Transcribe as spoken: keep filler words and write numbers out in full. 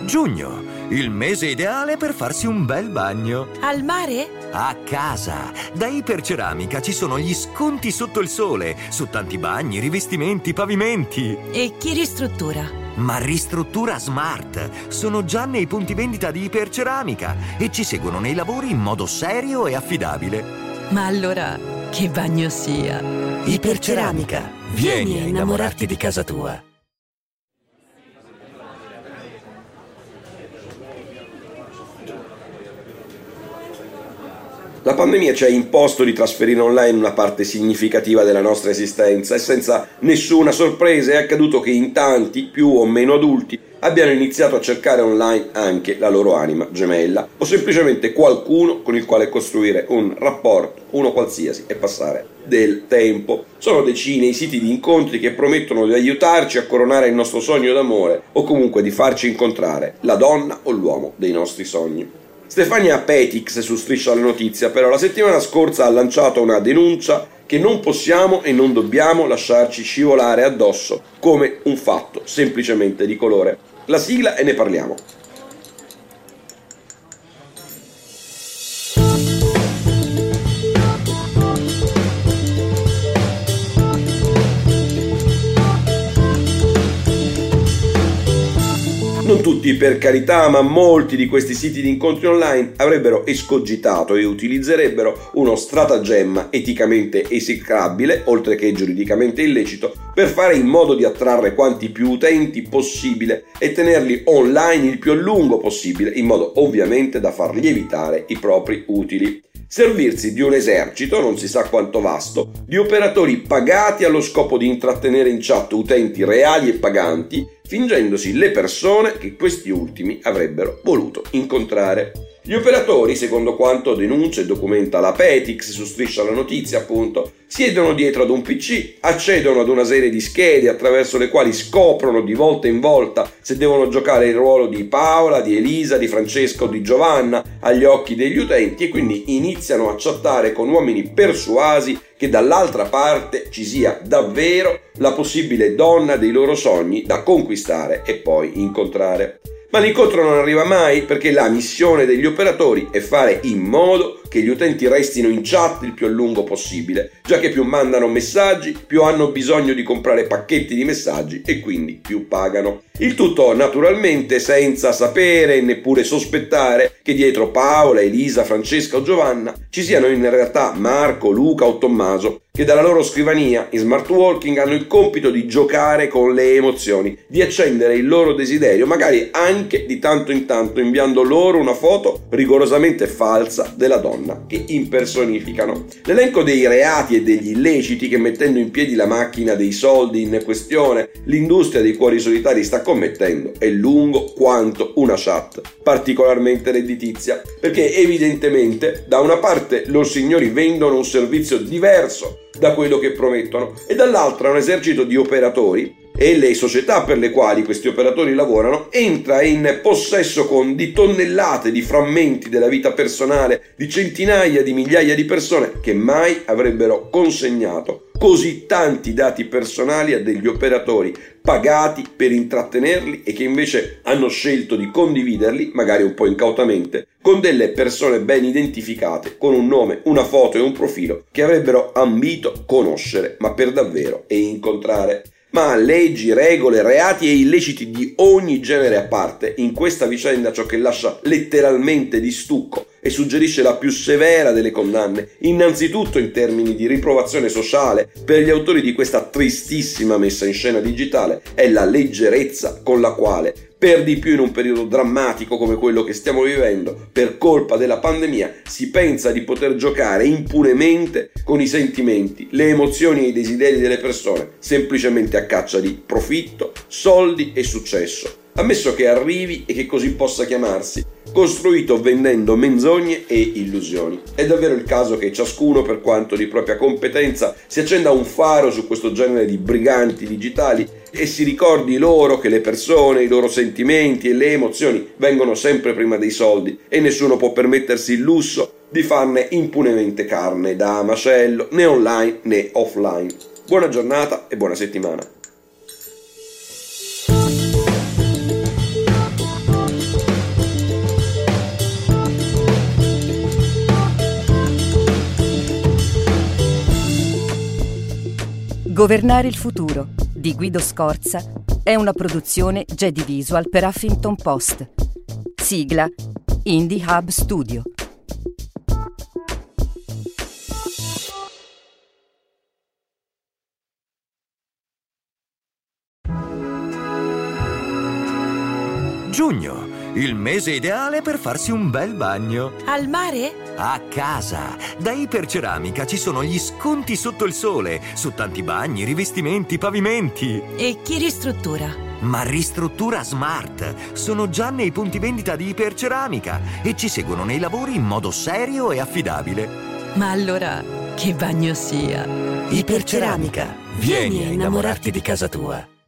Giugno, il mese ideale per farsi un bel bagno. Al mare? A casa. Da Iperceramica ci sono gli sconti sotto il sole, su tanti bagni, rivestimenti, pavimenti. E chi ristruttura? Ma Ristruttura Smart. Sono già nei punti vendita di Iperceramica e ci seguono nei lavori in modo serio e affidabile. Ma allora, che bagno sia? Iperceramica. Vieni a innamorarti di casa tua. La pandemia ci ha imposto di trasferire online una parte significativa della nostra esistenza e senza nessuna sorpresa è accaduto che in tanti, più o meno adulti, abbiano iniziato a cercare online anche la loro anima gemella o semplicemente qualcuno con il quale costruire un rapporto, uno qualsiasi, e passare del tempo. Sono decine i siti di incontri che promettono di aiutarci a coronare il nostro sogno d'amore o comunque di farci incontrare la donna o l'uomo dei nostri sogni. Stefania Petix su Striscia la Notizia però la settimana scorsa ha lanciato una denuncia che non possiamo e non dobbiamo lasciarci scivolare addosso come un fatto semplicemente di colore. La sigla e ne parliamo. Non tutti, per carità, ma molti di questi siti di incontri online avrebbero escogitato e utilizzerebbero uno stratagemma eticamente esecrabile, oltre che giuridicamente illecito, per fare in modo di attrarre quanti più utenti possibile e tenerli online il più a lungo possibile, in modo ovviamente da far lievitare i propri utili. Servirsi di un esercito, non si sa quanto vasto, di operatori pagati allo scopo di intrattenere in chat utenti reali e paganti, fingendosi le persone che questi ultimi avrebbero voluto incontrare. Gli operatori, secondo quanto denuncia e documenta la Petix su Striscia la Notizia, appunto, siedono dietro ad un P C, accedono ad una serie di schede attraverso le quali scoprono di volta in volta se devono giocare il ruolo di Paola, di Elisa, di Francesca o di Giovanna agli occhi degli utenti e quindi iniziano a chattare con uomini persuasi che dall'altra parte ci sia davvero la possibile donna dei loro sogni da conquistare e poi incontrare. Ma l'incontro non arriva mai perché la missione degli operatori è fare in modo che gli utenti restino in chat il più a lungo possibile, già che più mandano messaggi, più hanno bisogno di comprare pacchetti di messaggi e quindi più pagano. Il tutto naturalmente senza sapere e neppure sospettare che dietro Paola, Elisa, Francesca o Giovanna ci siano in realtà Marco, Luca o Tommaso, che dalla loro scrivania in smart working hanno il compito di giocare con le emozioni, di accendere il loro desiderio, magari anche di tanto in tanto inviando loro una foto rigorosamente falsa della donna che impersonificano. L'elenco dei reati e degli illeciti che, mettendo in piedi la macchina dei soldi in questione, l'industria dei cuori solitari sta commettendo è lungo quanto una chat particolarmente redditizia, perché evidentemente da una parte loro signori vendono un servizio diverso da quello che promettono e dall'altra un esercito di operatori e le società per le quali questi operatori lavorano entra in possesso con di tonnellate di frammenti della vita personale di centinaia di migliaia di persone che mai avrebbero consegnato così tanti dati personali a degli operatori pagati per intrattenerli e che invece hanno scelto di condividerli, magari un po' incautamente, con delle persone ben identificate, con un nome, una foto e un profilo che avrebbero ambito conoscere, ma per davvero, e incontrare. Ma leggi, regole, reati e illeciti di ogni genere a parte, in questa vicenda ciò che lascia letteralmente di stucco e suggerisce la più severa delle condanne, innanzitutto in termini di riprovazione sociale per gli autori di questa tristissima messa in scena digitale, è la leggerezza con la quale, per di più in un periodo drammatico come quello che stiamo vivendo, per colpa della pandemia, si pensa di poter giocare impunemente con i sentimenti, le emozioni e i desideri delle persone, semplicemente a caccia di profitto, soldi e successo, ammesso che arrivi e che così possa chiamarsi, costruito vendendo menzogne e illusioni. È davvero il caso che ciascuno, per quanto di propria competenza, si accenda un faro su questo genere di briganti digitali e si ricordi loro che le persone, i loro sentimenti e le emozioni vengono sempre prima dei soldi e nessuno può permettersi il lusso di farne impunemente carne da macello né online né offline. Buona giornata e buona settimana. Governare il futuro di Guido Scorza è una produzione Jedi Visual per Huffington Post. Sigla Indie Hub Studio. Giugno, il mese ideale per farsi un bel bagno. Al mare? A casa. Da Iperceramica ci sono gli sconti sotto il sole, su tanti bagni, rivestimenti, pavimenti. E chi ristruttura? Ma Ristruttura Smart. Sono già nei punti vendita di Iperceramica e ci seguono nei lavori in modo serio e affidabile. Ma allora, che bagno sia? Iperceramica. Vieni a innamorarti di casa tua.